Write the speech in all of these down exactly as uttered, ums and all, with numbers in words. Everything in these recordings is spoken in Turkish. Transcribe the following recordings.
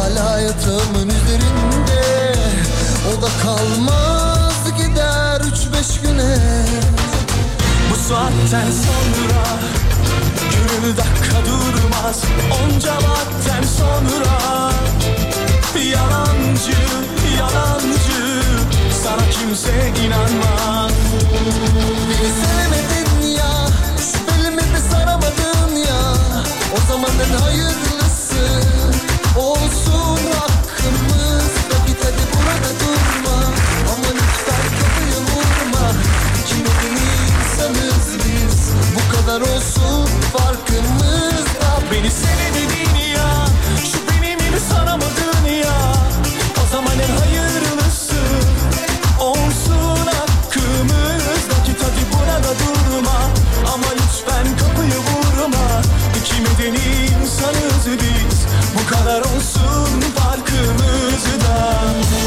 hala yatağımın üzerinde. O da kalmaz gider üç beş güne. Bu saatten sonra gönül dakika durmaz. Onca vakten sonra yalancı, yalancı, sana kimse inanmaz. Beni sevmedin ya, şu belimi bir saramadın ya. O zaman en hayırlısı olsun hakkımız. Git hadi burada durma, ama lütfen kapıyı vurma. Kim edin insanız biz, bu kadar olsun farkımızda. Beni sevmedin ya, şu benim gibi saramadın ya. O zaman en hayırlısı olsun hakkımızda. Git hadi burada durma, ama lütfen kapıyı vurma. İki medeni insanız biz, bu kadar olsun farkımızda.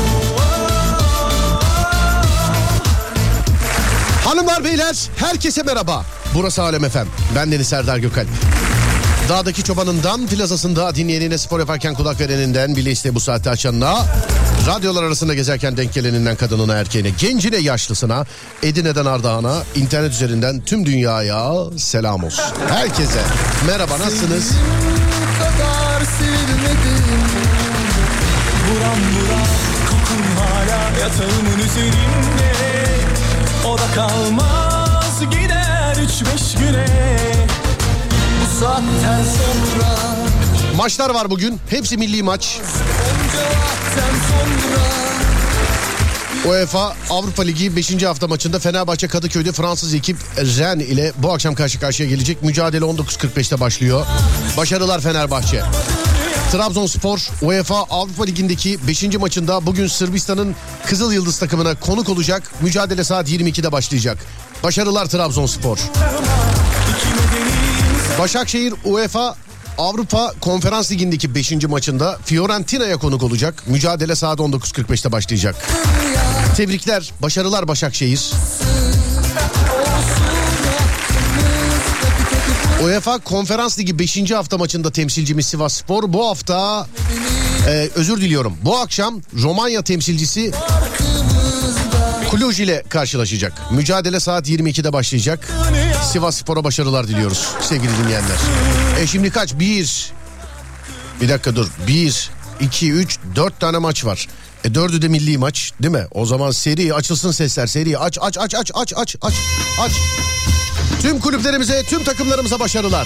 Hanımlar beyler herkese merhaba. Burası Alem F M. Ben Deniz Serdar Gökalp. Dağdaki çobanından, plazasında dinleyenine, spor yaparken kulak vereninden, bile iste bu saatte açanına, radyolar arasında gezerken denk geleninden kadınına, erkeğine, gencine, yaşlısına, Edirne'den Ardahan'a, internet üzerinden tüm dünyaya selam olsun. Herkese merhaba, nasılsınız? Kadar sevmedim. Buram buram kokun hala yatağımın üzerinde. O da kalmaz gider üç beş güne. Bu saatten sonra Maçlar var bugün. Hepsi milli maç. onca vakten sonra UEFA Avrupa Ligi beşinci hafta maçında Fenerbahçe Kadıköy'de Fransız ekip Rennes ile bu akşam karşı karşıya gelecek. Mücadele on dokuz kırk beşte başlıyor. Başarılar Fenerbahçe. Trabzonspor UEFA Avrupa Ligi'ndeki beşinci maçında bugün Sırbistan'ın Kızıl Yıldız takımına konuk olacak. Mücadele saat yirmi ikide başlayacak. Başarılar Trabzonspor. Başakşehir UEFA Avrupa Konferans Ligi'ndeki beşinci maçında Fiorentina'ya konuk olacak. Mücadele saat on dokuz kırk beşte başlayacak. Tebrikler, başarılar Başakşehir. UEFA Konferans Ligi beşinci hafta maçında temsilcimiz Sivasspor bu hafta e, özür diliyorum. Bu akşam Romanya temsilcisi Cluj ile karşılaşacak. Mücadele saat yirmi ikide başlayacak. Sivasspor'a başarılar diliyoruz sevgili dinleyenler. E şimdi kaç? Bir. Bir dakika dur. Bir, iki, üç, dört tane maç var. E dördü de milli maç değil mi? O zaman seri açılsın sesler, seri aç aç aç aç aç aç aç aç. Tüm kulüplerimize, tüm takımlarımıza başarılar.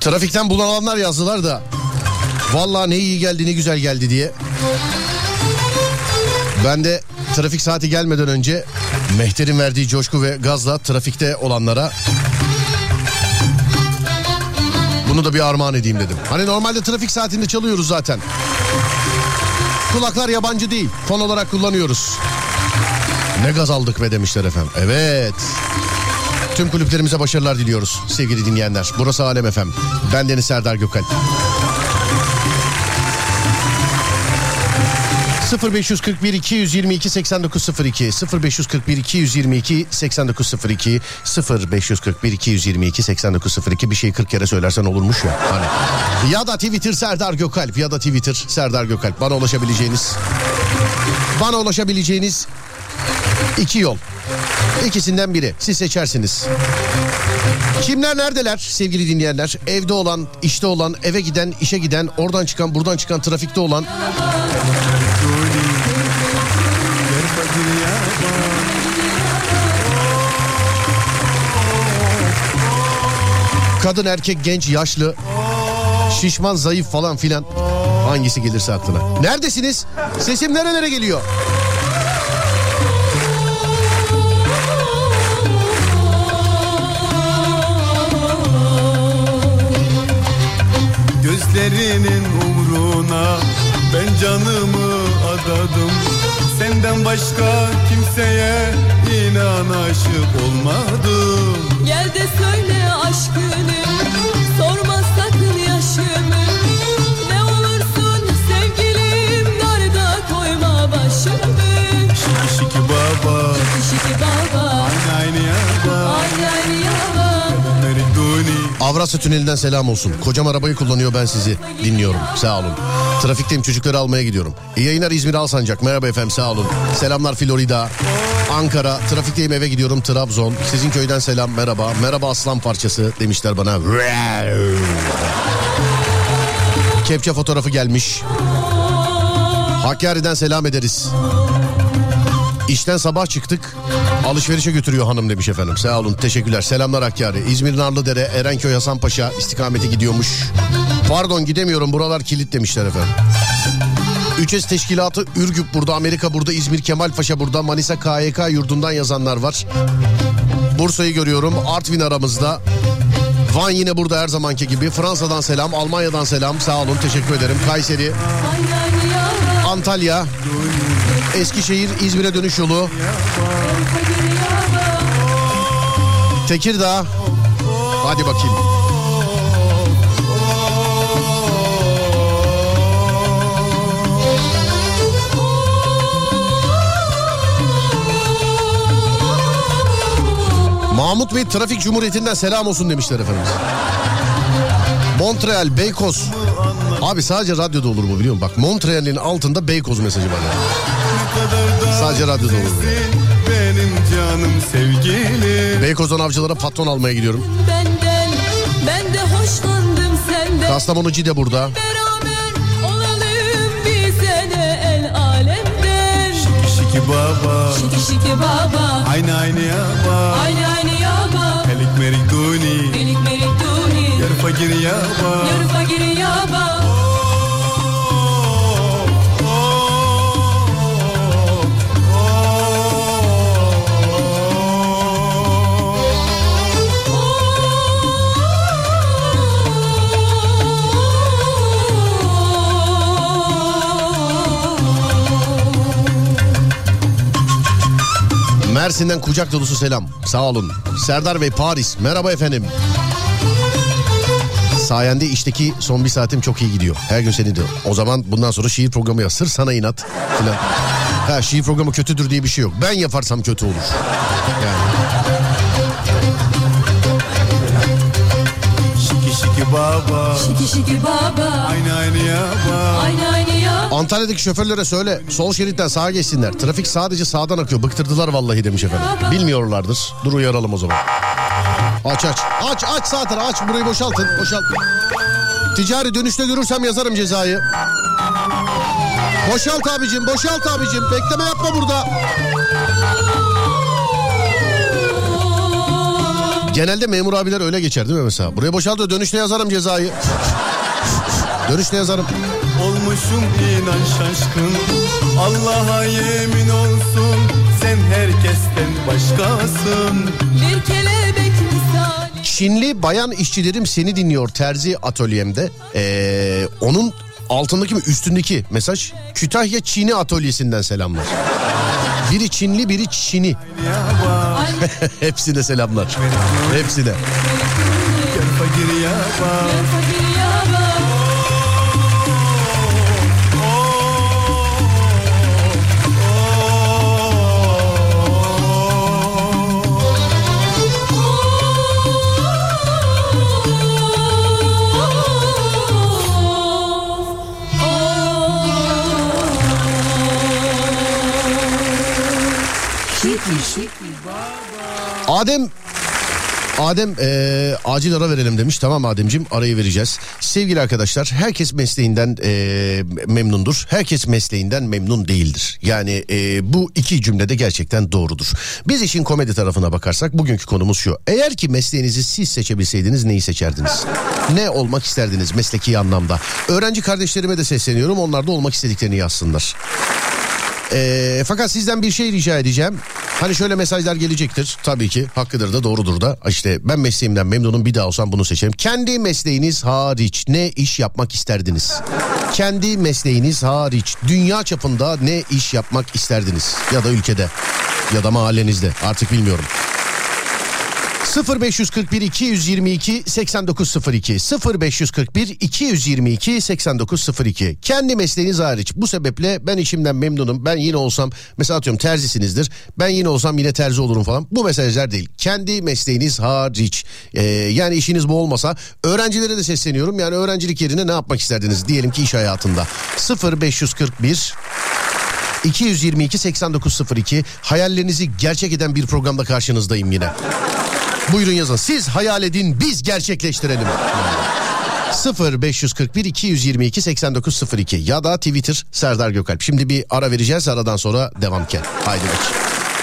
Trafikten bunalанlar yazdılar da. Vallahi ne iyi geldi ne güzel geldi diye. Ben de trafik saati gelmeden önce Mehter'in verdiği coşku ve gazla trafikte olanlara bunu da bir armağan edeyim dedim. Hani normalde trafik saatinde çalıyoruz zaten. Kulaklar yabancı değil. Fon olarak kullanıyoruz. Ne gaz aldık be demişler efendim. Evet. Tüm kulüplerimize başarılar diliyoruz sevgili dinleyenler. Burası Alem F M. Ben Deniz Serdar Gökalp. sıfır beş kırk bir iki yüz yirmi iki seksen dokuz sıfır iki sıfır beş kırk bir iki yüz yirmi iki seksen dokuz sıfır iki sıfır beş kırk bir iki yüz yirmi iki seksen dokuz sıfır iki bir şeyi kırk kere söylersen olurmuş ya hani. Ya da Twitter Serdar Gökalp ya da Twitter Serdar Gökalp bana ulaşabileceğiniz bana ulaşabileceğiniz iki yol. İkisinden biri. Siz seçersiniz. Kimler neredeler sevgili dinleyenler? Evde olan, işte olan, eve giden, işe giden, oradan çıkan, buradan çıkan, trafikte olan. Kadın, erkek, genç, yaşlı, şişman, zayıf falan filan. Hangisi gelirse aklına. Neredesiniz? Sesim nerelere geliyor? Gözlerinin umruna ben canımı adadım. Senden başka kimseye inan aşık olmadım. Gel de söyle aşkını, sorma sakın yaşımı. Ne olursun sevgilim, darda koyma başımı. Şiki şiki baba, Şiki şiki baba, aynı aynı yaba, aynı aynı yaba. Avrasya Tüneli'nden selam olsun. Kocam arabayı kullanıyor, ben sizi dinliyorum. Sağ olun. Trafikteyim, çocukları almaya gidiyorum. İyi yayınlar İzmir Alsancak. Merhaba efendim, sağ olun. Selamlar Florida, Ankara. Trafikteyim, eve gidiyorum. Trabzon. Sizin köyden selam, merhaba. Merhaba aslan parçası demişler bana. Kepçe fotoğrafı gelmiş. Hakkari'den selam ederiz. İşten sabah çıktık, alışverişe götürüyor hanım demiş efendim. Sağ olun, teşekkürler. Selamlar Hakkari. İzmir Narlıdere, Erenköy, Hasanpaşa istikameti gidiyormuş. Pardon gidemiyorum, buralar kilit demişler efendim. üç S Teşkilatı Ürgüp burada, Amerika burada, İzmir Kemalpaşa burada, Manisa K Y K yurdundan yazanlar var. Bursa'yı görüyorum, Artvin aramızda. Van yine burada her zamanki gibi. Fransa'dan selam, Almanya'dan selam. Sağ olun, teşekkür ederim. Kayseri, Antalya, Eskişehir, İzmir'e dönüş yolu, Tekirdağ. Hadi bakayım. Mahmut Bey Trafik Cumhuriyeti'nden selam olsun demişler efendimiz. Montreal, Beykoz. Abi sadece radyoda olur mu biliyor musun? Bak Montreal'in altında Beykoz mesajı var yani. Sadece radyoda olur mu? Benim canım sevgilim. Beykoz'dan avcılara patron almaya gidiyorum. Benden, ben de hoşlandım senden. Kastamonu Cide burada. Beraber olalım bize de el alemden. Şiki şiki baba, Şiki şiki baba, aynı aynı yaba, aynı aynı yaba. Helik merik duni, Melik melik duni, yarı fakir yaba, yarı fakir yaba. Mersin'den kucak dolusu selam. Sağ olun. Serdar Bey Paris. Merhaba efendim. Sayende işteki son bir saatim çok iyi gidiyor. Her gün seni diyor. O zaman bundan sonra şiir programı yaz. Sırf sana inat falan. Ha, şiir programı kötüdür diye bir şey yok. Ben yaparsam kötü olur. Yani. şiki şiki baba, Şiki şiki baba, aynı aynı yaba. aynı aynı yaba. Antalya'daki şoförlere söyle sol şeritten sağa geçsinler. Trafik sadece sağdan akıyor. Bıktırdılar vallahi demiş efendim. Bilmiyorlardır. Dur uyaralım o zaman. Aç aç. Aç aç sağ tarafı aç. Burayı boşaltın. Boşalt. Ticari dönüşte görürsem yazarım cezayı. Boşalt abicim. Boşalt abicim. Bekleme yapma burada. Genelde memur abiler öyle geçer değil mi mesela? Buraya boşalt, dönüşte yazarım cezayı. Dönüşte yazarım. Olmuşum inan şaşkın, Allah'a yemin olsun, sen herkesten başkasın. Bir kelebek misali. Çinli bayan işçilerim seni dinliyor terzi atölyemde. Ee, onun altındaki mi üstündeki mesaj Kütahya Çini atölyesinden selamlar. Biri Çinli, biri Çini. Hepsine selamlar. Hepsine. Gel fakir yaba. Adem Adem ee, acil ara verelim demiş. Tamam Ademciğim, arayı vereceğiz. Sevgili arkadaşlar, herkes mesleğinden ee, memnundur. Herkes mesleğinden memnun değildir. Yani ee, bu iki cümlede gerçekten doğrudur. Biz işin komedi tarafına bakarsak bugünkü konumuz şu. Eğer ki mesleğinizi siz seçebilseydiniz neyi seçerdiniz? Ne olmak isterdiniz mesleki anlamda? Öğrenci kardeşlerime de sesleniyorum. Onlar da olmak istediklerini yazsınlar. E, fakat sizden bir şey rica edeceğim. Hani şöyle mesajlar gelecektir. Tabii ki hakkıdır da doğrudur da. İşte ben mesleğimden memnunum, bir daha olsam bunu seçerim. Kendi mesleğiniz hariç ne iş yapmak isterdiniz? Kendi mesleğiniz hariç dünya çapında ne iş yapmak isterdiniz? Ya da ülkede ya da mahallenizde, artık bilmiyorum. sıfır beş kırk bir iki yüz yirmi iki seksen dokuz sıfır iki sıfır beş kırk bir iki yüz yirmi iki seksen dokuz sıfır iki. Kendi mesleğiniz hariç, bu sebeple ben işimden memnunum, ben yine olsam, mesela atıyorum terzisinizdir, ben yine olsam yine terzi olurum falan, bu mesajlar değil. Kendi mesleğiniz hariç, ee, yani işiniz bu olmasa, öğrencilere de sesleniyorum. Yani öğrencilik yerine ne yapmak isterdiniz diyelim ki iş hayatında? sıfır beş kırk bir iki yüz yirmi iki seksen dokuz sıfır iki. Hayallerinizi gerçek eden bir programda karşınızdayım yine. Buyurun yazın. Siz hayal edin, biz gerçekleştirelim. sıfır beş kırk bir iki yüz yirmi iki seksen dokuz sıfır iki ya da Twitter Serdar Gökalp. Şimdi bir ara vereceğiz, aradan sonra devam ki. Haydi bakayım.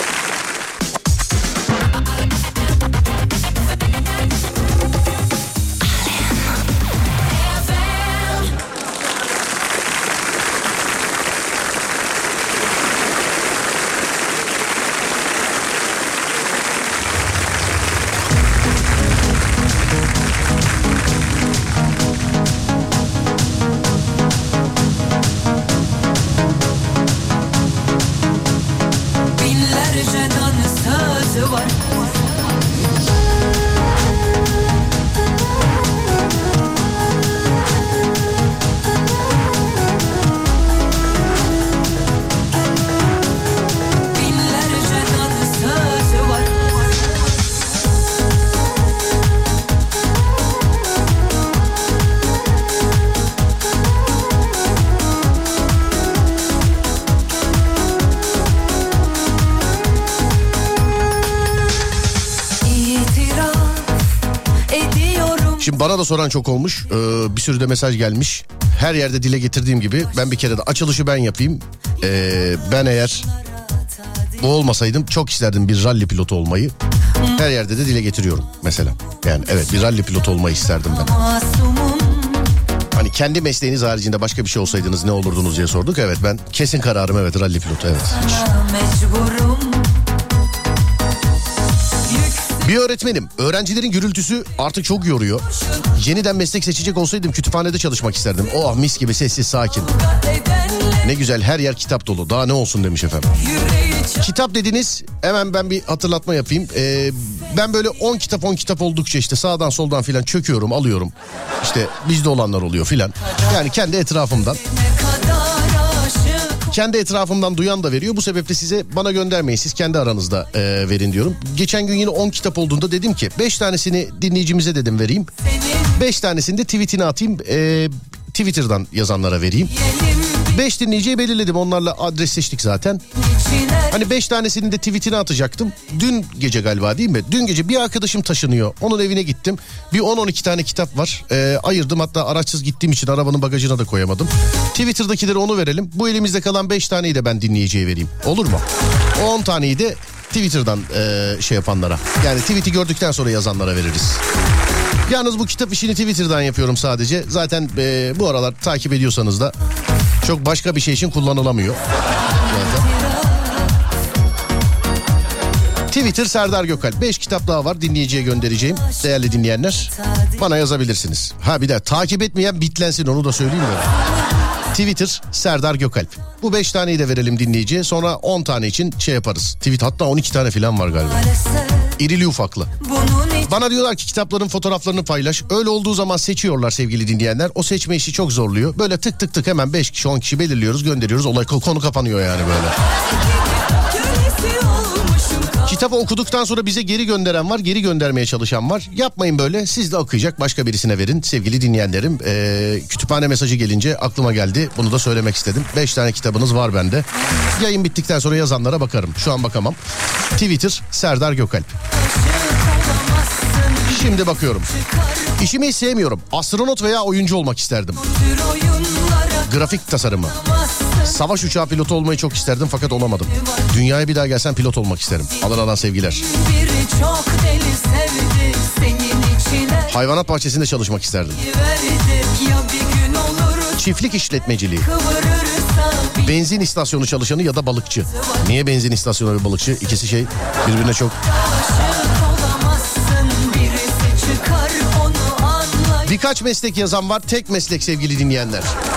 Şimdi bana da soran çok olmuş. Ee, bir sürü de mesaj gelmiş. Her yerde dile getirdiğim gibi ben bir kere de açılışı ben yapayım. Ee, ben eğer bu olmasaydım çok isterdim bir ralli pilotu olmayı. Her yerde de dile getiriyorum mesela. Yani evet, bir ralli pilotu olmayı isterdim ben. Hani kendi mesleğiniz haricinde başka bir şey olsaydınız ne olurdunuz diye sorduk. Evet, ben kesin kararım evet, ralli pilotu, evet. Bir öğretmenim. Öğrencilerin gürültüsü artık çok yoruyor. Yeniden meslek seçecek olsaydım kütüphanede çalışmak isterdim. Oh mis gibi, sessiz sakin. Ne güzel, her yer kitap dolu. Daha ne olsun demiş efendim. Kitap dediniz, hemen ben bir hatırlatma yapayım. Ee, ben böyle on kitap on kitap oldukça işte sağdan soldan filan çöküyorum, alıyorum. İşte bizde olanlar oluyor filan. Yani kendi etrafımdan. Kendi etrafımdan duyan da veriyor. Bu sebeple size bana göndermeyin. Siz kendi aranızda e, verin diyorum. Geçen gün yine on kitap olduğunda dedim ki beş tanesini dinleyicimize dedim vereyim. beş tanesini de tweetine atayım. E, Twitter'dan yazanlara vereyim. beş dinleyiciyi belirledim. Onlarla adresleştik zaten. Hani beş tanesini de tweetine atacaktım. Dün gece galiba değil mi? Dün gece bir arkadaşım taşınıyor. Onun evine gittim. Bir on on iki tane kitap var. Ee, ayırdım, hatta araçsız gittiğim için arabanın bagajına da koyamadım. Twitter'dakileri onu verelim. Bu elimizde kalan beş taneyi de ben dinleyiciye vereyim. Olur mu? O on taneyi de Twitter'dan e, şey yapanlara. Yani tweet'i gördükten sonra yazanlara veririz. Yalnız bu kitap işini Twitter'dan yapıyorum sadece. Zaten e, bu aralar takip ediyorsanız da çok başka bir şey için kullanılamıyor. Zaten. Twitter Serdar Gökalp. beş kitap daha var dinleyiciye göndereceğim. Değerli dinleyenler bana yazabilirsiniz. Ha bir de takip etmeyen bitlensin, onu da söyleyeyim mi? Twitter Serdar Gökalp. Bu beş taneyi de verelim dinleyiciye. Sonra on tane için şey yaparız. Tweet hatta on iki tane falan var galiba. İrili ufaklı. Bana diyorlar ki kitapların fotoğraflarını paylaş. Öyle olduğu zaman seçiyorlar sevgili dinleyenler. O seçme işi çok zorluyor. Böyle tık tık tık hemen beş kişi on kişi belirliyoruz, gönderiyoruz. Olay konu kapanıyor yani böyle. Kitabı okuduktan sonra bize geri gönderen var, geri göndermeye çalışan var. Yapmayın böyle, siz de okuyacak başka birisine verin sevgili dinleyenlerim. Ee, kütüphane mesajı gelince aklıma geldi, bunu da söylemek istedim. Beş tane kitabınız var bende. Yayın bittikten sonra yazanlara bakarım, şu an bakamam. Twitter Serdar Gökalp. Şimdi bakıyorum. İşimi hiç sevmiyorum. Astronot veya oyuncu olmak isterdim. Grafik tasarımı. Savaş uçağı pilotu olmayı çok isterdim fakat olamadım. Dünyaya bir daha gelsen pilot olmak isterim. Adana'dan sevgiler. Hayvanat bahçesinde çalışmak isterdim. Çiftlik işletmeciliği. Benzin istasyonu çalışanı ya da balıkçı. Niye benzin istasyonu ve balıkçı? İkisi şey birbirine çok... Birkaç meslek yazan var, tek meslek sevgili dinleyenler.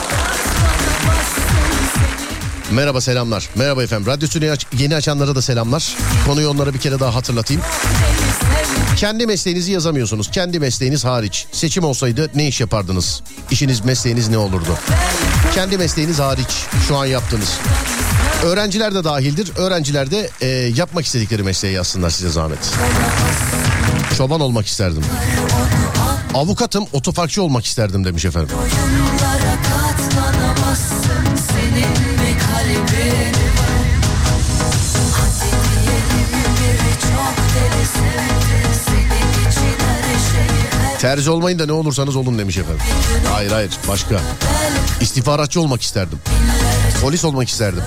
Merhaba, selamlar. Merhaba efendim. Radyosunu yeni açanlara da selamlar. Konuyu onlara bir kere daha hatırlatayım. Kendi mesleğinizi yazamıyorsunuz. Kendi mesleğiniz hariç. Seçim olsaydı ne iş yapardınız? İşiniz, mesleğiniz ne olurdu? Kendi mesleğiniz hariç. Şu an yaptığınız. Öğrenciler de dahildir. Öğrenciler de e, yapmak istedikleri mesleği yazsınlar size zahmet. Çoban olmak isterdim. Avukatım, otoparkçı olmak isterdim demiş efendim. Terzi olmayın da ne olursanız olun demiş efendim. Hayır hayır, başka. İstihbaratçı olmak isterdim. Polis olmak isterdim.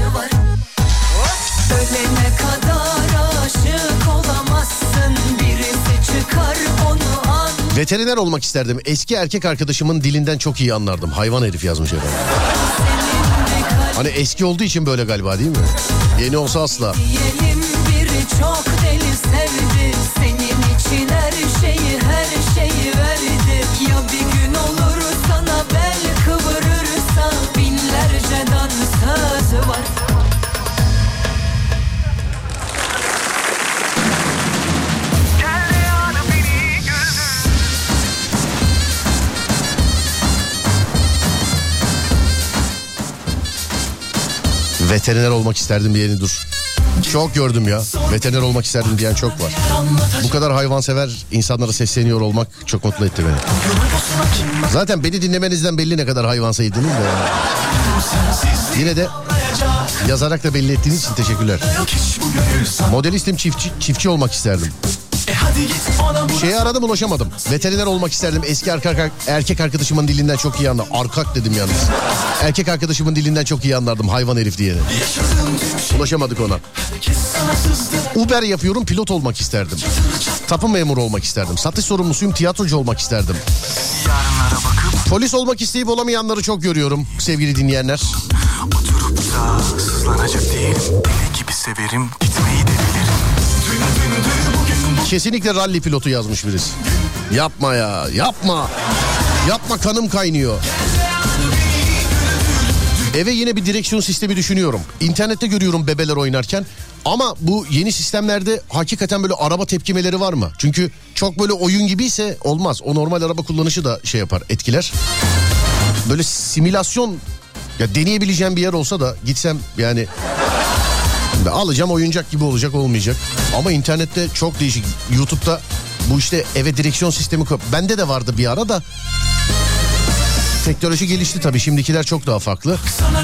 Ölene kadar aşık olamazsın, birisi çıkar onu an. Veteriner olmak isterdim. Eski erkek arkadaşımın dilinden çok iyi anlardım. Hayvan herif yazmış efendim. Hani eski olduğu için böyle galiba, değil mi? Yeni olsa asla. Diyelim biri çok deli sevdi, senin için her şeyi her şeyi verdi. Ya bir gün olur sana bel kıvırırsa, binlerce dansöz var. Veteriner olmak isterdim diyeni dur. Çok gördüm ya. Veteriner olmak isterdim diyen çok var. Bu kadar hayvansever insanlara sesleniyor olmak çok mutlu etti beni. Zaten beni dinlemenizden belli ne kadar hayvan sevdiğiniz de. Yine de yazarak da belli ettiğiniz için teşekkürler. Modelistim, çiftçi, çiftçi olmak isterdim. Şeyi aradım, ulaşamadım. Veteriner olmak isterdim. Eski erkek, erkek arkadaşımın dilinden çok iyi anlardım. Arkak dedim yalnız. Erkek arkadaşımın dilinden çok iyi anlardım hayvan herif diyeni. Ulaşamadık ona. Uber yapıyorum, pilot olmak isterdim. Tapu memuru olmak isterdim. Satış sorumlusuyum, tiyatrocu olmak isterdim. Polis olmak isteyip olamayanları çok görüyorum sevgili dinleyenler. Oturup da sızlanacak değilim. Deli gibi severim, gitmeyi de bilirim. Kesinlikle ralli pilotu yazmış birisi. Yapma ya, yapma. Yapma, kanım kaynıyor. Eve yine bir direksiyon sistemi düşünüyorum. İnternette görüyorum bebeler oynarken. Ama bu yeni sistemlerde hakikaten böyle araba tepkimeleri var mı? Çünkü çok böyle oyun gibiyse olmaz. O normal araba kullanışı da şey yapar, etkiler. Böyle simülasyon ya deneyebileceğim bir yer olsa da gitsem yani... Alacağım, oyuncak gibi olacak, olmayacak. Ama internette çok değişik. YouTube'da bu işte eve direksiyon sistemi... Bende de vardı bir ara da. Teknoloji gelişti tabii. Şimdikiler çok daha farklı.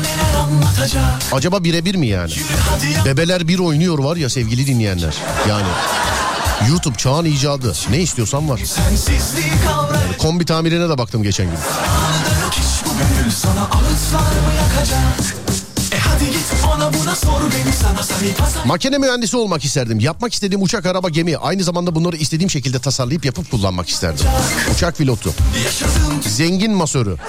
Acaba birebir mi yani? Bebeler bir oynuyor var ya sevgili dinleyenler. Yani YouTube çağın icadı. Ne istiyorsan var. Yani kombi tamirine de baktım geçen gün. Hadi git ona buna sor beni sana sahip hasar. Makine mühendisi olmak isterdim. Yapmak istediğim uçak, araba, gemi. Aynı zamanda bunları istediğim şekilde tasarlayıp yapıp kullanmak isterdim. Uçak pilotu. Zengin masörü.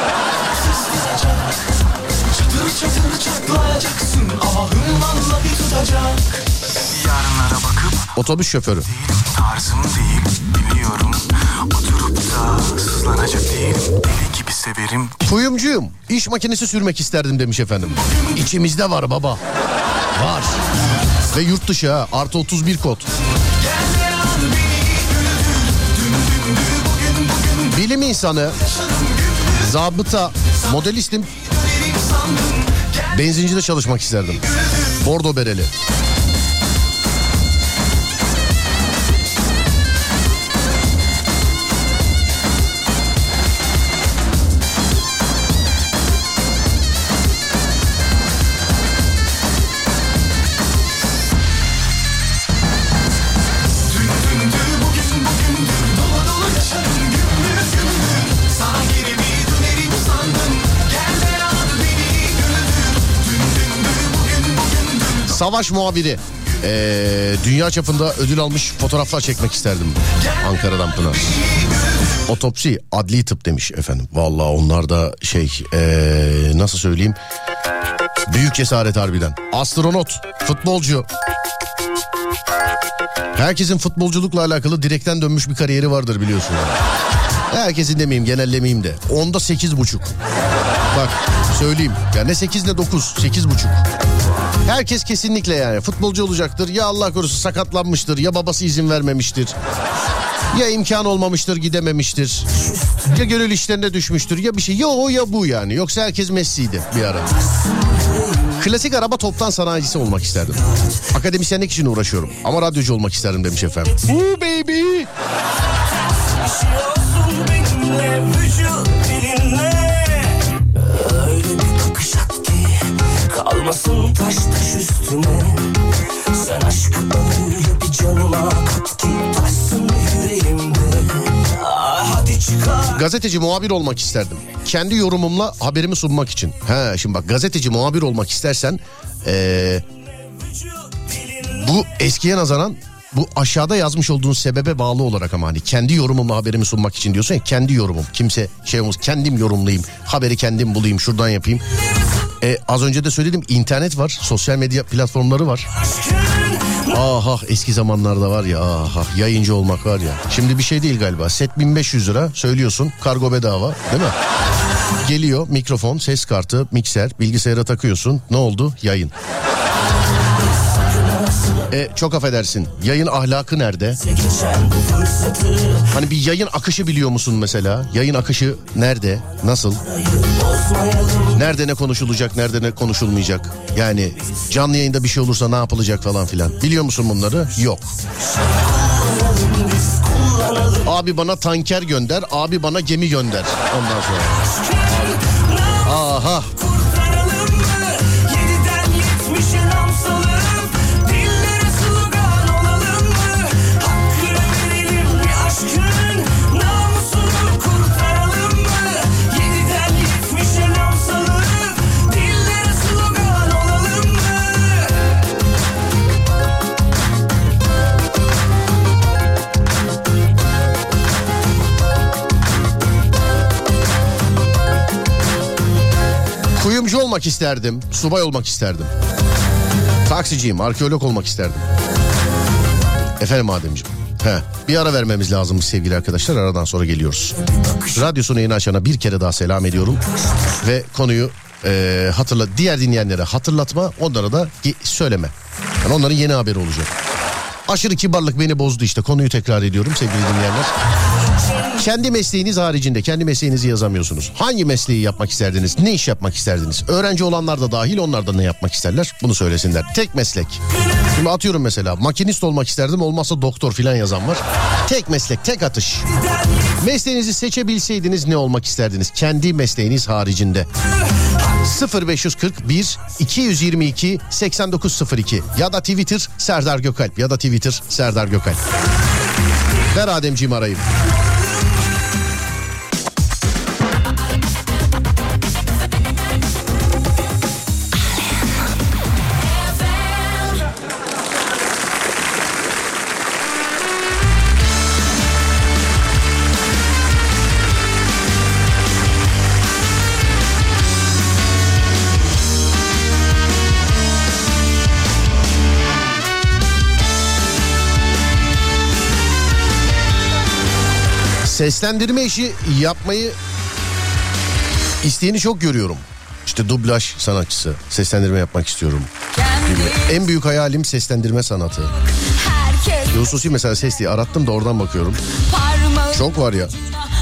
Çatır çatır çatlayacaksın. Ahımmanla bir tutacak. Yarınlara bakıp Otobüs şoförü. tarzım değil biliyorum. Oturup da sızlanacak değilim. Deli gibi severim. Kuyumcuyum. İş makinesi sürmek isterdim demiş efendim. İçimizde var baba. Var. Ve yurt dışı ha. Artı otuz bir kod. Bilim insanı. Zabıta. Modelistim. Benzincide çalışmak isterdim. Bordo bereli. Savaş muhabiri. Ee, dünya çapında ödül almış fotoğraflar çekmek isterdim. Ankara'dan Pınar. Otopsi, adli tıp demiş efendim. Vallahi onlar da şey ee, nasıl söyleyeyim, büyük cesaret harbiden. Astronot, futbolcu. Herkesin futbolculukla alakalı direkten dönmüş bir kariyeri vardır biliyorsun. Herkesin demeyeyim, genellemeyeyim de. Onda sekiz buçuk. Bak söyleyeyim. Ya ne sekiz ne dokuz, sekiz buçuk. Herkes kesinlikle yani futbolcu olacaktır. Ya Allah korusun sakatlanmıştır. Ya babası izin vermemiştir. Ya imkan olmamıştır, gidememiştir. Ya gönül işlerine düşmüştür. Ya bir şey. Ya o ya bu yani. Yoksa herkes Messi'ydi bir ara. Klasik araba toptan sanayicisi olmak isterdim. Akademisyenlik için uğraşıyorum. Ama radyocu olmak isterdim demiş efendim. Ooh baby. Kalmasın taş taş üstüne. Sen aşkı öyle bir canıma kat ki taşsın yüreğimde. Ah, hadi çıkar. Gazeteci, muhabir olmak isterdim. Kendi yorumumla haberimi sunmak için. He, şimdi bak, gazeteci, muhabir olmak istersen ee, bu eskiye nazaran bu aşağıda yazmış olduğun sebebe bağlı olarak, ama hani kendi yorumumla haberimi sunmak için diyorsun ya, kendi yorumum. Kimse şey olmaz, kendim yorumlayayım, haberi kendim bulayım, şuradan yapayım. E, az önce de söyledim, internet var, sosyal medya platformları var. Aha eski zamanlarda var ya, aha yayıncı olmak var ya. Şimdi bir şey değil galiba, set bin beş yüz lira söylüyorsun, kargo bedava değil mi? Geliyor mikrofon, ses kartı, mikser, bilgisayara takıyorsun, ne oldu? Yayın. E, çok affedersin, yayın ahlakı nerede? Hani bir yayın akışı biliyor musun mesela? Yayın akışı nerede? Nasıl? Nerede ne konuşulacak, nerede ne konuşulmayacak? Yani canlı yayında bir şey olursa ne yapılacak falan filan. Biliyor musun bunları? Yok. Abi bana tanker gönder, abi bana gemi gönder. Ondan sonra. Aha. Kuyumcu olmak isterdim, subay olmak isterdim. Taksiciyim, arkeolog olmak isterdim. Efendim Ademciğim. He, bir ara vermemiz lazım sevgili arkadaşlar, aradan sonra geliyoruz. Radyosunu yeni açana bir kere daha selam ediyorum. Ve konuyu e, hatırla, diğer dinleyenlere hatırlatma, onlara da söyleme. Yani onların yeni haberi olacak. Aşırı kibarlık beni bozdu işte, konuyu tekrar ediyorum sevgili dinleyenler. Kendi mesleğiniz haricinde, kendi mesleğinizi yazamıyorsunuz. Hangi mesleği yapmak isterdiniz? Ne iş yapmak isterdiniz? Öğrenci olanlar da dahil, onlar da ne yapmak isterler? Bunu söylesinler. Tek meslek. Şimdi atıyorum mesela, makinist olmak isterdim, olmazsa doktor filan yazan var. Tek meslek, tek atış. Mesleğinizi seçebilseydiniz ne olmak isterdiniz? Kendi mesleğiniz haricinde. sıfır beş kırk bir iki yüz yirmi iki seksen dokuz sıfır iki ya da Twitter Serdar Gökalp ya da Twitter Serdar Gökalp. Ver Ademciğim arayayım. Seslendirme işi yapmayı isteyeni çok görüyorum. İşte dublaj sanatçısı, seslendirme yapmak istiyorum gibi. En büyük hayalim seslendirme sanatı. Hususi mesela ses diye arattım da oradan bakıyorum. Çok var ya.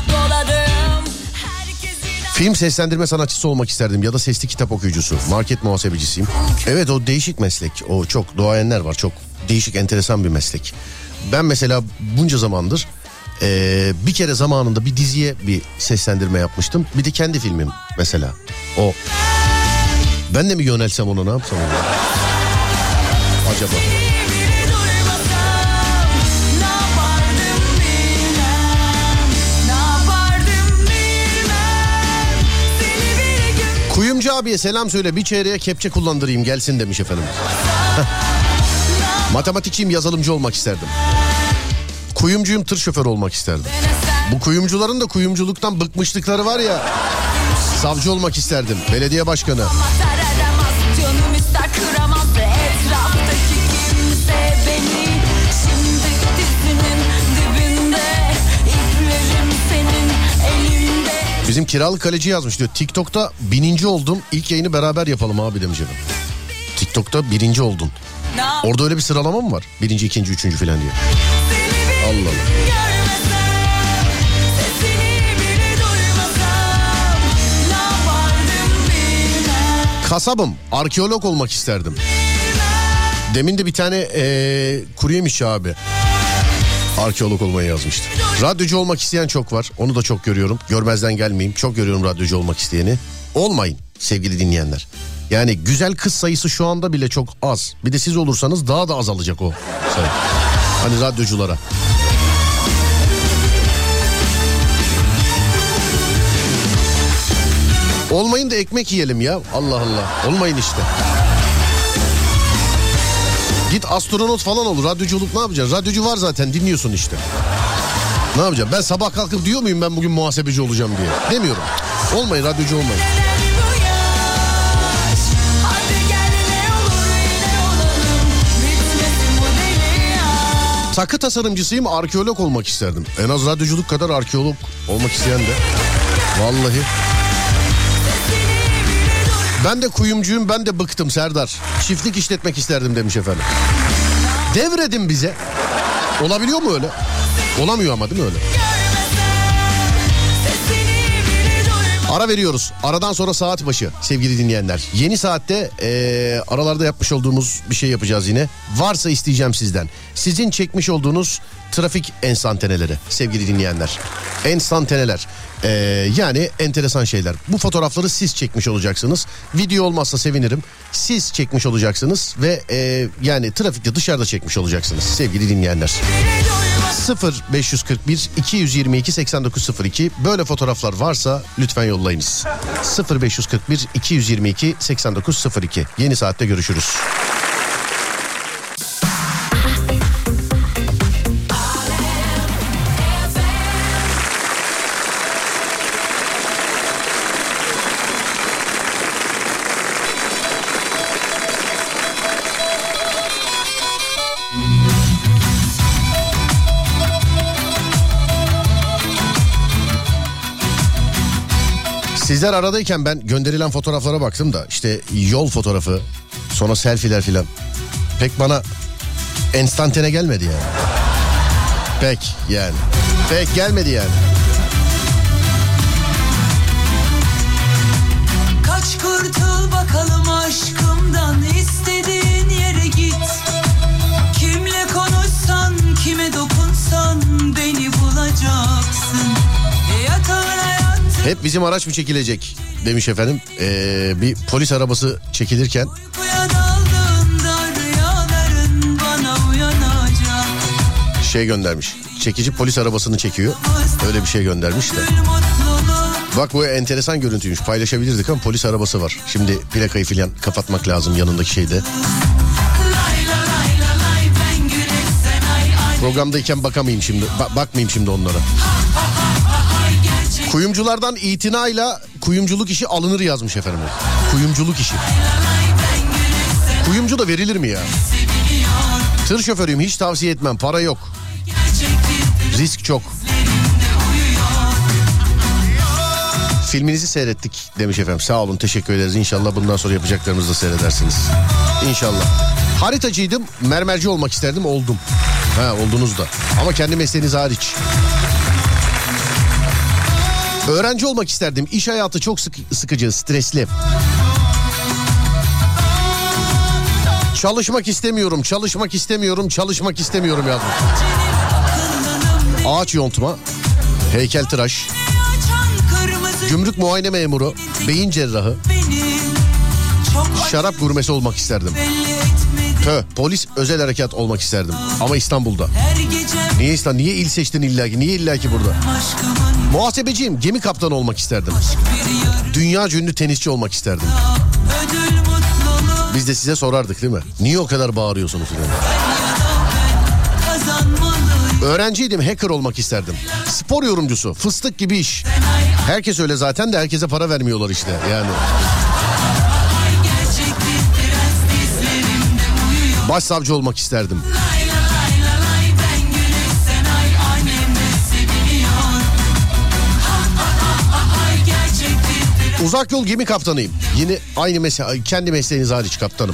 Film seslendirme sanatçısı olmak isterdim ya da sesli kitap okuyucusu. Market muhasebecisiyim. Evet, o değişik meslek. O çok doğayenler var. Çok değişik, enteresan bir meslek. Ben mesela bunca zamandır ee, bir kere zamanında bir diziye bir seslendirme yapmıştım. Bir de kendi filmim mesela. O. Ben de mi yönelsem ona, ne yapsam ona? Acaba? Kuyumcu abiye selam söyle, bir çeyreğe kepçe kullandırayım gelsin demiş efendim. Matematikçiyim, yazılımcı olmak isterdim. Kuyumcuyum, tır şoförü olmak isterdim. Bu kuyumcuların da kuyumculuktan bıkmışlıkları var ya. Savcı olmak isterdim, belediye başkanı. Bizim kiralık kaleci yazmış diyor. TikTok'ta bininci oldum. İlk yayını beraber yapalım abi demiş efendim. TikTok'ta birinci oldun. Orada öyle bir sıralama mı var? Birinci, ikinci, üçüncü falan diye. Allah Allah. Kasabım, arkeolog olmak isterdim. Demin de bir tane ee, kuru yemiş abi arkeolog olmayı yazmıştı. Radyocu olmak isteyen çok var. Onu da çok görüyorum. Görmezden gelmeyeyim. Çok görüyorum radyocu olmak isteyeni. Olmayın sevgili dinleyenler. Yani güzel kız sayısı şu anda bile çok az. Bir de siz olursanız daha da azalacak o sayı. Hani radyoculara. Olmayın da ekmek yiyelim ya. Allah Allah. Olmayın işte. Git astronot falan ol. Radyoculuk ne yapacaksın? Radyocu var zaten, dinliyorsun işte. Ne yapacağım? Ben sabah kalkıp diyor muyum ben bugün muhasebeci olacağım diye? Demiyorum. Olmayın, radyocu olmayın. Takı tasarımcısıyım, arkeolog olmak isterdim. En az radyoculuk kadar arkeolog olmak isteyen de. Vallahi. Ben de kuyumcuyum, ben de bıktım Serdar. Çiftlik işletmek isterdim demiş efendim. Devredin bize. Olabiliyor mu öyle? Olamıyor ama değil mi öyle? Ara veriyoruz. Aradan sonra saat başı sevgili dinleyenler. Yeni saatte ee, aralarda yapmış olduğumuz bir şey yapacağız yine. Varsa isteyeceğim sizden. Sizin çekmiş olduğunuz trafik enstantaneleri sevgili dinleyenler. Enstantaneler. Ee, yani enteresan şeyler. Bu fotoğrafları siz çekmiş olacaksınız. Video olmazsa sevinirim. Siz çekmiş olacaksınız ve ee, yani trafikte dışarıda çekmiş olacaksınız sevgili dinleyenler. sıfır beş kırk bir iki yüz yirmi iki seksen dokuz sıfır iki böyle fotoğraflar varsa lütfen yollayınız. sıfır beş kırk bir iki yüz yirmi iki seksen dokuz sıfır iki Yeni saatte görüşürüz. Sizler aradayken ben gönderilen fotoğraflara baktım da işte yol fotoğrafı, sonra selfie'ler filan pek bana enstantane gelmedi yani. Pek yani. Pek gelmedi yani. Kaç kurtul bakalım aşkımdan, istediğin yere git. Kimle konuşsan, kime dokunsan beni bulacaksın. Yatağına hep bizim araç mı çekilecek demiş efendim. Ee, bir polis arabası çekilirken şey göndermiş. Çekici polis arabasını çekiyor. Öyle bir şey göndermiş de. Bak bu enteresan görüntüymüş. Paylaşabilirdik ama polis arabası var. Şimdi plakayı filan kapatmak lazım yanındaki şeyde. Programdayken bakamayayım şimdi. Ba- bakmayayım şimdi onlara. Kuyumculardan itinayla kuyumculuk işi alınır yazmış efendim. Kuyumculuk işi. Kuyumcu da verilir mi ya? Tır şoförüyüm, hiç tavsiye etmem. Para yok. Risk çok. Filminizi seyrettik demiş efendim. Sağ olun, teşekkür ederiz. İnşallah bundan sonra yapacaklarımızı da seyredersiniz. İnşallah. Haritacıydım, mermerci olmak isterdim, oldum. Ha, oldunuz da. Ama kendi mesleğiniz hariç. Öğrenci olmak isterdim. İş hayatı çok sık, sıkıcı, stresli. Çalışmak istemiyorum, çalışmak istemiyorum, çalışmak istemiyorum yazmış. Ağaç yontma, heykeltıraş, gümrük muayene memuru, beyin cerrahı, şarap gurmesi olmak isterdim. Tö, polis özel harekat olmak isterdim. Ama İstanbul'da. Niye İstanbul? Niye il seçtin illaki? Niye illaki burada? Muhasebeciyim, gemi kaptanı olmak isterdim. Dünya ünlü tenisçi olmak isterdim. Biz de size sorardık değil mi? Niye o kadar bağırıyorsunuz? Öğrenciydim, hacker olmak isterdim. Spor yorumcusu, fıstık gibi iş. Herkes öyle zaten de herkese para vermiyorlar işte yani. Başsavcı olmak isterdim. Uzak yol gemi kaptanıyım. Yine aynı mesle kendi mesleğiniz hariç kaptanım.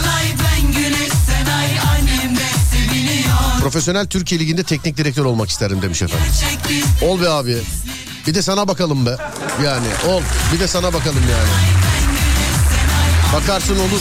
Profesyonel Türkiye Ligi'nde teknik direktör olmak isterim demiş efendim. Ol be abi. Bir de sana bakalım be. Yani ol. Bir de sana bakalım yani. Bakarsın olur.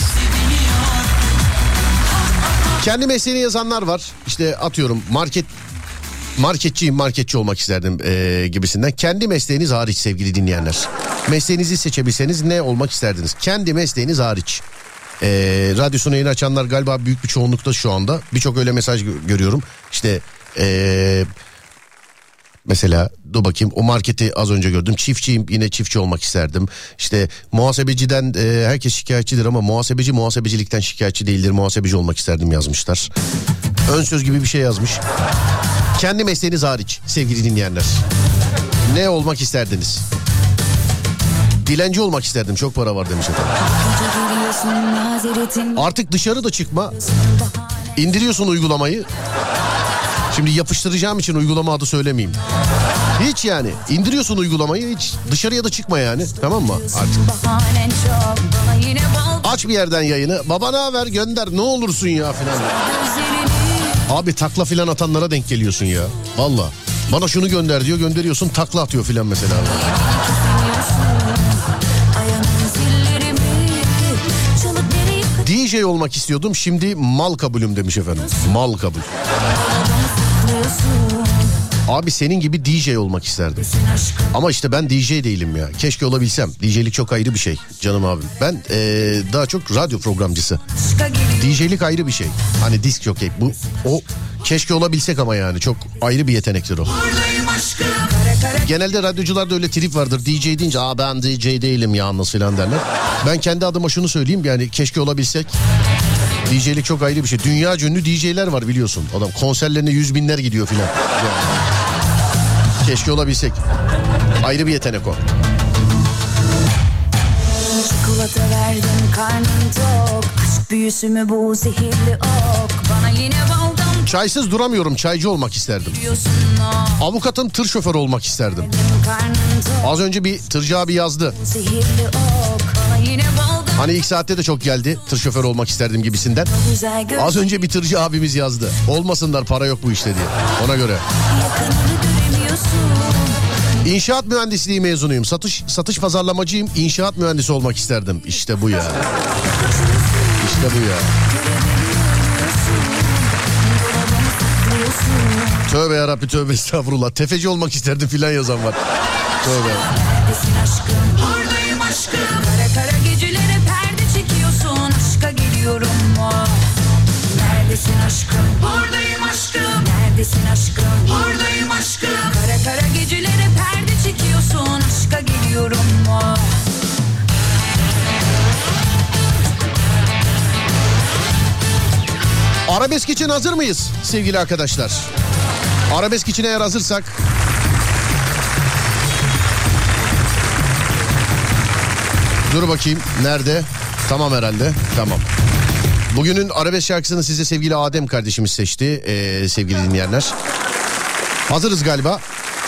Kendi mesleğini yazanlar var. İşte atıyorum market marketçiyim, marketçi olmak isterdim ee, gibisinden. Kendi mesleğiniz hariç sevgili dinleyenler. Mesleğinizi seçebilseniz ne olmak isterdiniz? Kendi mesleğiniz hariç. Ee, radyosunu yeni açanlar galiba büyük bir çoğunlukta şu anda. Birçok öyle mesaj gö- görüyorum. İşte ee, mesela dur bakayım, o marketi az önce gördüm. Çiftçiyim, yine çiftçi olmak isterdim. İşte muhasebeciden e, herkes şikayetçidir ama muhasebeci muhasebecilikten şikayetçi değildir. Muhasebeci olmak isterdim yazmışlar. Ön söz gibi bir şey yazmış. Kendi mesleğiniz hariç sevgili dinleyenler. Ne olmak isterdiniz? Dilenci olmak isterdim, çok para var demiş efendim. Artık dışarı da çıkma. İndiriyorsun uygulamayı. Şimdi yapıştıracağım için uygulama adı söylemeyeyim. Hiç yani indiriyorsun uygulamayı, hiç dışarıya da çıkma yani, tamam mı artık? Aç bir yerden yayını, baba ne haber, gönder ne olursun ya filan. Abi takla filan atanlara denk geliyorsun ya. Valla bana şunu gönder diyor, gönderiyorsun, takla atıyor filan mesela. D J olmak istiyordum, şimdi mal kabulüm demiş efendim. Mal kabul. Abi senin gibi D J olmak isterdim. Ama işte ben D J değilim ya. Keşke olabilsem. D J'lik çok ayrı bir şey canım abim. Ben ee, daha çok radyo programcısı. D J'lik ayrı bir şey. Hani disk jockey bu. O keşke olabilsek ama yani çok ayrı bir yetenektir o. Genelde radyocularda öyle trip vardır. D J deyince aa ben D J değilim yalnız filan derler. Ben kendi adıma şunu söyleyeyim, yani keşke olabilsek. D J'lik çok ayrı bir şey. Dünya ünlü D J'ler var biliyorsun. Adam konserlerine yüz binler gidiyor filan. Yani. Keşke olabilsek. Ayrı bir yetenek o. Çikolata verdim karnım tok. Aşk büyüsü mü bu zehirli ok. Bana yine baldan. Çaysız duramıyorum, çaycı olmak isterdim. Avukatım, tır şoförü olmak isterdim. Az önce bir tırcı abi yazdı. Hani ilk saatte de çok geldi, tır şoförü olmak isterdim gibisinden. Az önce bir tırcı abimiz yazdı. Olmasınlar, para yok bu işte diye. Ona göre. İnşaat mühendisliği mezunuyum. Satış satış pazarlamacıyım. İnşaat mühendisi olmak isterdim. İşte bu ya. İşte bu ya. Tövbe yarabbi, tövbe estağfurullah. Tefeci olmak isterdim filan yazan var. Tövbe. Buradayım aşkım. Kara kara gecelere perde çekiyorsun. Aşka geliyorum mu? Neredesin aşkım? Buradayım aşkım. Neredesin aşkım? Buradayım aşkım. Kara kara gecelere perde çekiyorsun. Aşka geliyorum mu? Arabesk için hazır mıyız sevgili arkadaşlar? Arabesk için eğer hazırsak... Dur bakayım nerede? Tamam herhalde. Tamam. Bugünün arabesk şarkısını size sevgili Adem kardeşimiz seçti ee, sevgili dinleyenler. Hazırız galiba.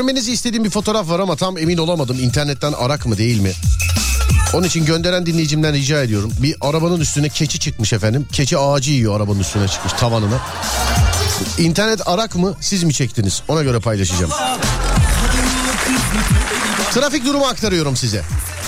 Görmenizi istediğim bir fotoğraf var ama tam emin olamadım. İnternetten arak mı değil mi? Onun için gönderen dinleyicimden rica ediyorum. Bir arabanın üstüne keçi çıkmış efendim. Keçi ağacı yiyor, arabanın üstüne çıkmış, tavanına. İnternet arak mı, siz mi çektiniz? Ona göre paylaşacağım. Trafik durumu aktarıyorum size.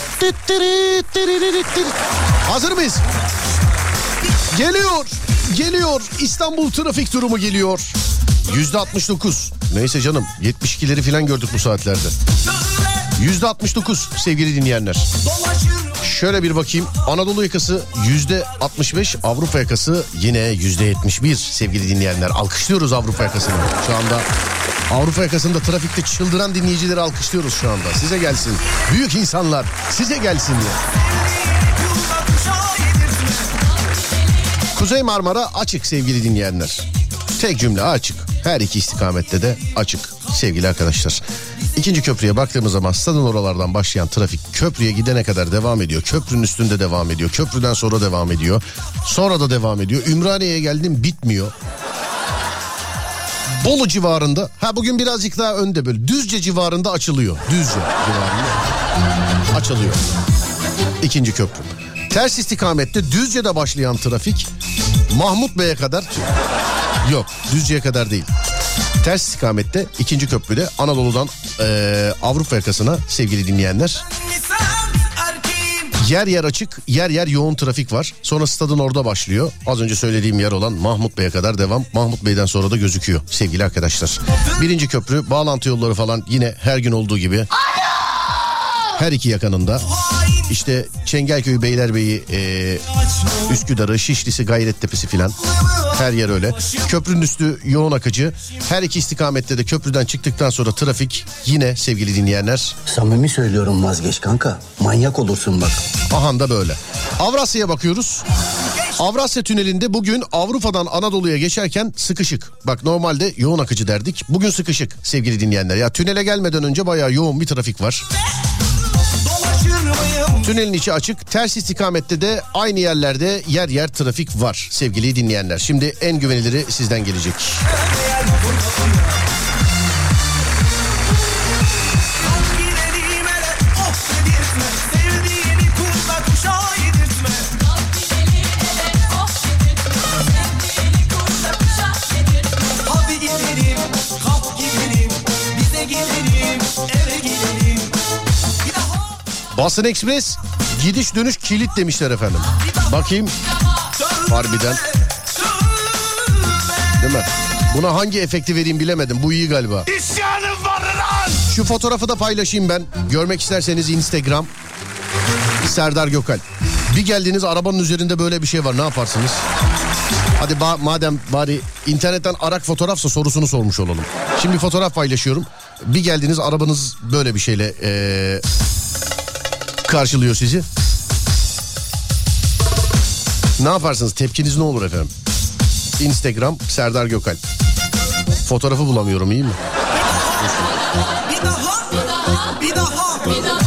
Hazır mıyız? Geliyor. Geliyor. İstanbul trafik durumu geliyor. yüzde altmış dokuz. Neyse canım, yetmiş ikileri falan gördük bu saatlerde. yüzde altmış dokuz sevgili dinleyenler. Şöyle bir bakayım. Anadolu yakası yüzde altmış beş, Avrupa yakası yine yüzde yetmiş bir sevgili dinleyenler. Alkışlıyoruz Avrupa yakasını. Şu anda Avrupa yakasında trafikte çıldıran dinleyicileri alkışlıyoruz şu anda. Size gelsin. Büyük insanlar, size gelsin ya. Kuzey Marmara açık sevgili dinleyenler. Tek cümle açık. Her iki istikamette de açık sevgili arkadaşlar. İkinci köprüye baktığımız zaman stadın oralardan başlayan trafik köprüye gidene kadar devam ediyor. Köprünün üstünde devam ediyor. Köprüden sonra devam ediyor. Sonra da devam ediyor. Ümraniye'ye geldim, bitmiyor. Bolu civarında, ha bugün birazcık daha önde, böyle Düzce civarında açılıyor. Düzce civarında açılıyor İkinci köprü. Ters istikamette Düzce'de başlayan trafik Mahmut Bey'e kadar, yok Düzce'ye kadar değil. Ters istikamette ikinci köprüde Anadolu'dan e, Avrupa yakasına sevgili dinleyenler. Yer yer açık, yer yer yoğun trafik var. Sonra stadın orada başlıyor. Az önce söylediğim yer olan Mahmut Bey'e kadar devam. Mahmut Bey'den sonra da gözüküyor sevgili arkadaşlar. Birinci köprü, bağlantı yolları falan yine her gün olduğu gibi. Her iki yakanında. İşte Çengelköy, Beylerbeyi, e, Üsküdar'ı, Şişli'si, Gayrettepe'si filan. Her yer öyle. Köprünün üstü yoğun akıcı. Her iki istikamette de köprüden çıktıktan sonra trafik yine sevgili dinleyenler. Samimi söylüyorum, vazgeç kanka. Manyak olursun bak. Aha da böyle. Avrasya'ya bakıyoruz. Avrasya Tüneli'nde bugün Avrupa'dan Anadolu'ya geçerken sıkışık. Bak normalde yoğun akıcı derdik. Bugün sıkışık sevgili dinleyenler. Ya tünele gelmeden önce bayağı yoğun bir trafik var. Tünelin içi açık. Ters istikamette de aynı yerlerde yer yer trafik var sevgili dinleyenler. Şimdi en güveniliri sizden gelecek. Basın Ekspres gidiş dönüş kilit demişler efendim. Bakayım. Harbiden. Değil mi? Buna hangi efekti vereyim bilemedim. Bu iyi galiba. İsyanım var lan! Şu fotoğrafı da paylaşayım ben. Görmek isterseniz Instagram. Serdar Gökal. Bir geldiniz, arabanın üzerinde böyle bir şey var. Ne yaparsınız? Hadi ba- madem bari internetten arak fotoğrafsa sorusunu sormuş olalım. Şimdi fotoğraf paylaşıyorum. Bir geldiniz, arabanız böyle bir şeyle ee, karşılıyor sizi. Ne yaparsınız? Tepkiniz ne olur efendim? Instagram Serdar Gökal. Fotoğrafı bulamıyorum, iyi mi? Bir daha, bir daha, bir daha, bir daha.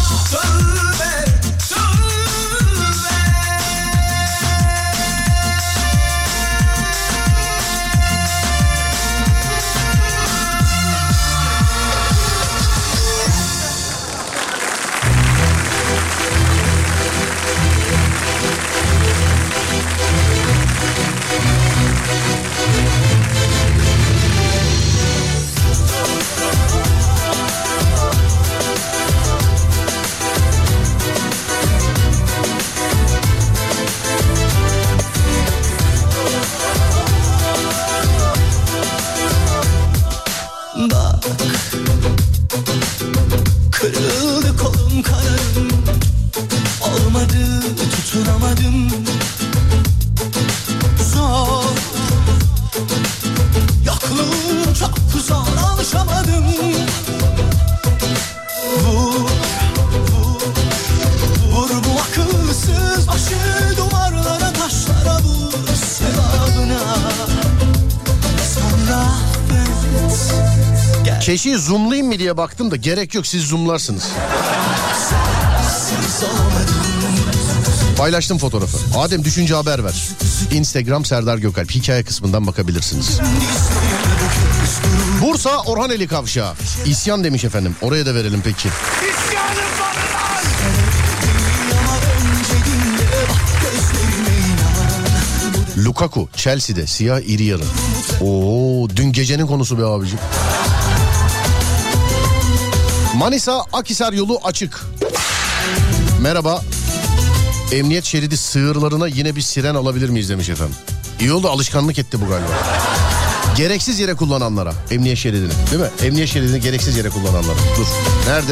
Kırıldı kolum kanarım, olmadı tutunamadım. Zor, yokluğum çok zor, alışamadım. Vur, vur, vur bu akılsız başı duvarlara, taşlara vur sevabına. Sonra affet. Keşi zoomlayayım mı diye baktım da gerek yok, siz zoomlarsınız. Paylaştım fotoğrafı. Adem düşünce haber ver. Instagram Serdar Gökalp. Hikaye kısmından bakabilirsiniz. Bursa Orhaneli Kavşağı. İsyan demiş efendim. Oraya da verelim peki. Lukaku Chelsea'de siyah iri yarı. Oo, dün gecenin konusu be abicim. Manisa Akhisar yolu açık. Merhaba. Emniyet şeridi sığırlarına yine bir siren alabilir miyiz demiş efendim. İyi oldu, alışkanlık etti bu galiba. Gereksiz yere kullananlara emniyet şeridini, değil mi? Emniyet şeridini gereksiz yere kullananlara. Dur. Nerede?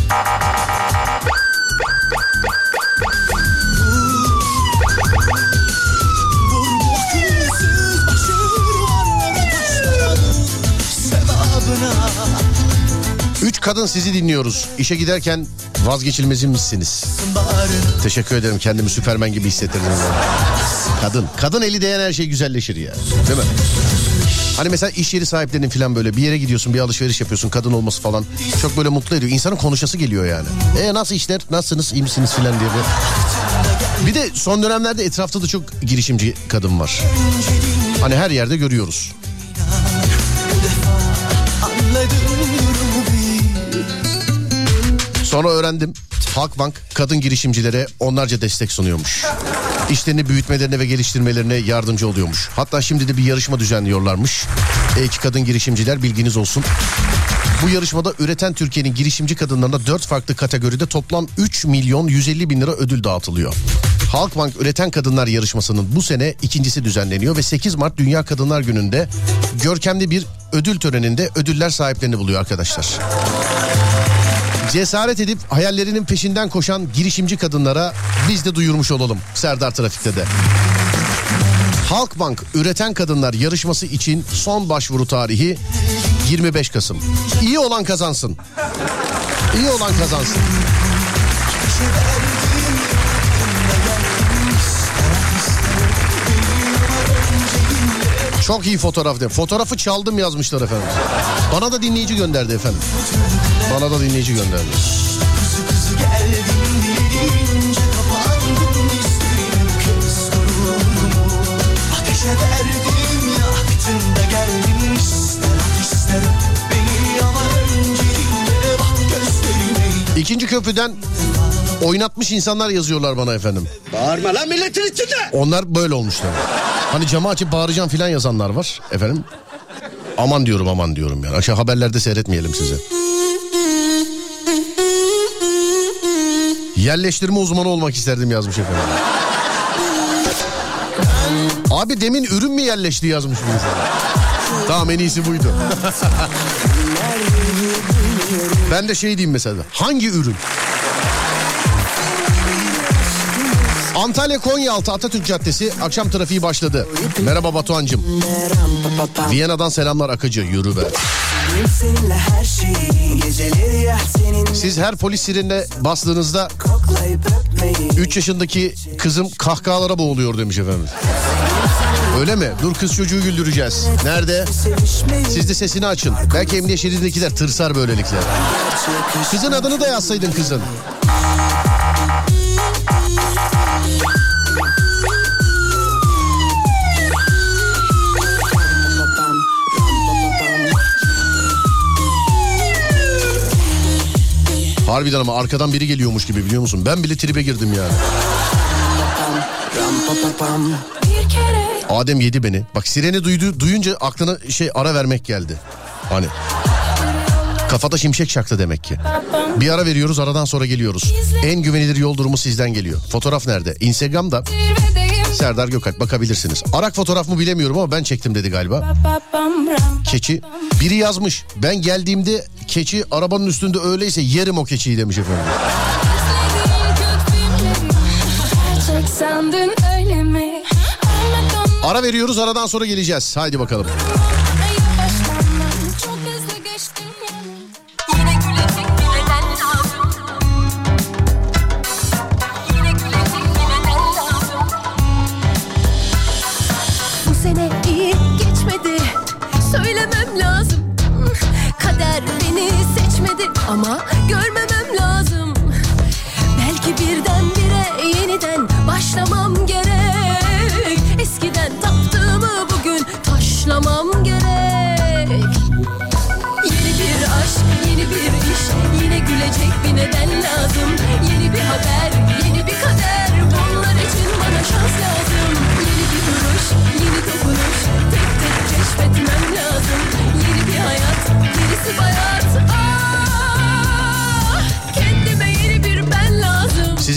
Üç kadın sizi dinliyoruz. İşe giderken vazgeçilmezimsiniz. Teşekkür ederim. Kendimi Süpermen gibi hissettirdim. Kadın. Kadın eli değen her şey güzelleşir ya. Değil mi? Hani mesela iş yeri sahiplerinin falan böyle bir yere gidiyorsun, bir alışveriş yapıyorsun, kadın olması falan çok böyle mutlu ediyor. İnsanın konuşası geliyor yani. E nasıl işler? Nasılsınız? İyi misiniz falan diye bir. Bir de son dönemlerde etrafta da çok girişimci kadın var. Hani her yerde görüyoruz. Sonra öğrendim. Halkbank kadın girişimcilere onlarca destek sunuyormuş. İşlerini büyütmelerine ve geliştirmelerine yardımcı oluyormuş. Hatta şimdi de bir yarışma düzenliyorlarmış. Ey ki kadın girişimciler, bilginiz olsun. Bu yarışmada üreten Türkiye'nin girişimci kadınlarına dört farklı kategoride toplam üç milyon yüz elli bin lira ödül dağıtılıyor. Halkbank Üreten Kadınlar Yarışması'nın bu sene ikincisi düzenleniyor ve sekiz Mart Dünya Kadınlar Günü'nde görkemli bir ödül töreninde ödüller sahiplerini buluyor arkadaşlar. Cesaret edip hayallerinin peşinden koşan girişimci kadınlara biz de duyurmuş olalım Serdar Trafik'te de. Halkbank Üreten Kadınlar Yarışması için son başvuru tarihi yirmi beş Kasım. İyi olan kazansın. İyi olan kazansın. Çok iyi fotoğraf de. Fotoğrafı çaldım yazmışlar efendim. Bana da dinleyici gönderdi efendim. Bana da dinleyici gönderdi. İkinci köprüden oynatmış insanlar yazıyorlar bana efendim. Bağırma lan milletin içinde. Onlar böyle olmuşlar. Hani camı açıp bağıracağım filan yazanlar var efendim. Aman diyorum aman diyorum yani. Aşağı haberlerde seyretmeyelim size. Yerleştirme uzmanı olmak isterdim yazmış efendim. Abi demin ürün mü yerleşti yazmış bu insan. Tamam, en iyisi buydu. Ben de şey diyeyim mesela. Hangi ürün? Antalya Konyaaltı Atatürk Caddesi akşam trafiği başladı. Merhaba Batuhan'cığım. Viyana'dan selamlar Akıcı, yürü be. Siz her polis sirenine bastığınızda üç yaşındaki kızım kahkahalara boğuluyor demiş efendim. Öyle mi? Dur kız çocuğu güldüreceğiz. Nerede? Siz de sesini açın. Belki emniyet şeridinindekiler tırsar böylelikle. Kızın adını da yazsaydın kızın. Harbiden ama arkadan biri geliyormuş gibi, biliyor musun? Ben bile tribe girdim yani. Adem yedi beni. Bak sireni duydu, duyunca aklına şey ara vermek geldi. Hani kafada şimşek çaktı demek ki. Bir ara veriyoruz, aradan sonra geliyoruz. En güvenilir yol durumu sizden geliyor. Fotoğraf nerede? Instagram'da Serdar Gökalp, bakabilirsiniz. Arak fotoğraf mı bilemiyorum ama ben çektim dedi galiba. Keçi. Biri yazmış. Ben geldiğimde keçi arabanın üstünde, öyleyse yerim o keçiyi demiş efendim. Ara veriyoruz, aradan sonra geleceğiz. Haydi bakalım. Bu sene iyi geçmedi, söylemem lazım. Kader beni seçmedi ama görmemem lazım. Belki birdenbire yeniden baş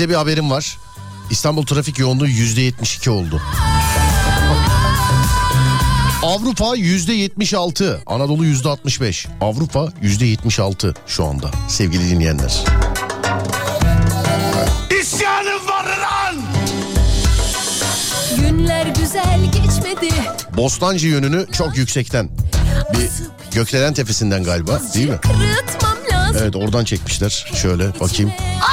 Size bir haberim var. İstanbul trafik yoğunluğu yüzde yetmiş iki oldu. Avrupa yüzde yetmiş altı, Anadolu yüzde altmış beş. Avrupa yüzde yetmiş altı şu anda sevgili dinleyenler. İsyanım var lan! Günler güzel geçmedi. Bostancı yönünü çok yüksekten. Bir Gökdelen Tepesi'nden galiba, değil mi? Kırıtmam lazım. Evet, oradan çekmişler. Şöyle bakayım.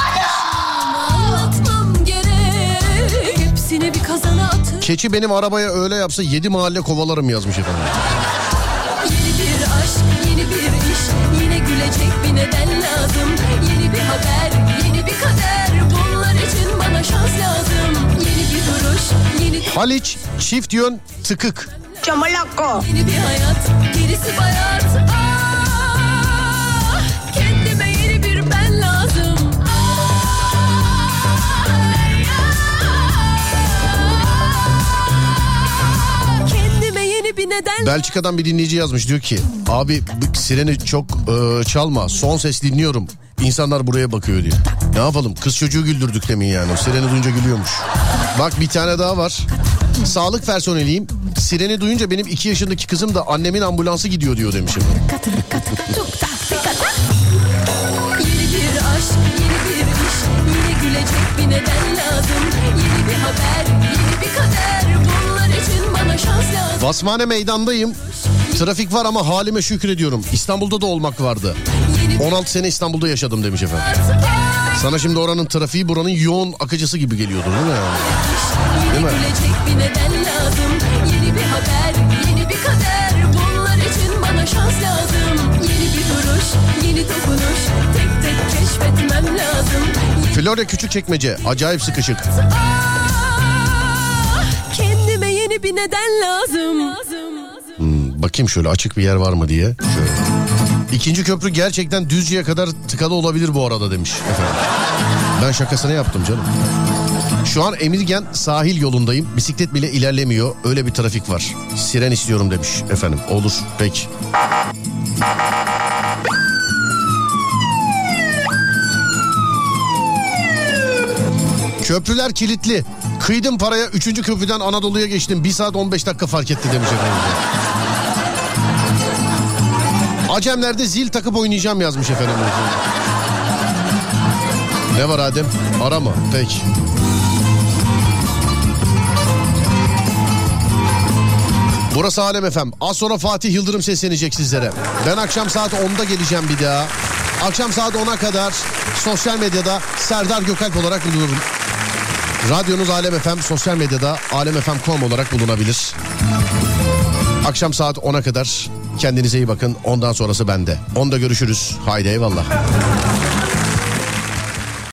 Anlatmam gerek. Hepsini bir kazana atın. Keçi benim arabaya öyle yapsa yedi mahalle kovalarım yazmış efendim. Yeni bir aşk, yeni bir iş, yine gülecek bir neden lazım. Yeni bir haber, yeni bir kader. Bunlar için bana şans lazım. Yeni bir duruş, yeni... Haliç çift yön tıkık. Çamalakko. Yeni bir hayat, gerisi bayat. Ah, kendime yeni bir ben lazım. Kendime yeni bir neden. Belçika'dan bir dinleyici yazmış, diyor ki abi bu sireni çok e, çalma, son ses dinliyorum, İnsanlar buraya bakıyor diyor. Ne yapalım, kız çocuğu güldürdük demin yani, o sireni duyunca gülüyormuş. Bak bir tane daha var. Sağlık personeliyim, sireni duyunca benim iki yaşındaki kızım da annemin ambulansı gidiyor diyor demişim. Yeni bir aşk, yeni bir iş, yine gülecek bir neden lazım. Yeni bir haber, yeni bir kader. Bunlar için bana şans lazım. Basmane meydandayım. Trafik var ama halime şükrediyorum. İstanbul'da da olmak vardı. on altı sene İstanbul'da yaşadım demiş efendim. Sana şimdi oranın trafiği buranın yoğun akıcısı gibi geliyordur değil mi yani? Değil mi? Yeni gülecek bir neden lazım. Yeni bir haber, yeni bir kader. Bunlar için bana şans lazım. Yeni bir duruş, yeni dokunuş. Tek tek keşfetmem lazım. Florya Küçükçekmece acayip sıkışık. Ah, kendime yeni bir neden lazım. Hmm, bakayım şöyle açık bir yer var mı diye. Şöyle. İkinci köprü gerçekten Düzce'ye kadar tıkalı olabilir bu arada demiş efendim. Ben şakasını yaptım canım. Şu an Emirgen sahil yolundayım. Bisiklet bile ilerlemiyor. Öyle bir trafik var. Siren istiyorum demiş efendim. Olur peki. Köprüler kilitli. Kıydım paraya, üçüncü köprüden Anadolu'ya geçtim. bir saat on beş dakika fark etti demiş efendim. Acemler'de zil takıp oynayacağım yazmış efendim. Ne var Adem? Arama. Peki. Burası Alem F M. Az sonra Fatih Yıldırım seslenecek sizlere. Ben akşam saat onda geleceğim bir daha. Akşam saat ona kadar sosyal medyada Serdar Gökalp olarak bulunurum. Radyonuz Alem F M, sosyal medyada alem f m nokta com olarak bulunabilir. Akşam saat ona kadar kendinize iyi bakın. Ondan sonrası bende. Onda görüşürüz. Haydi eyvallah.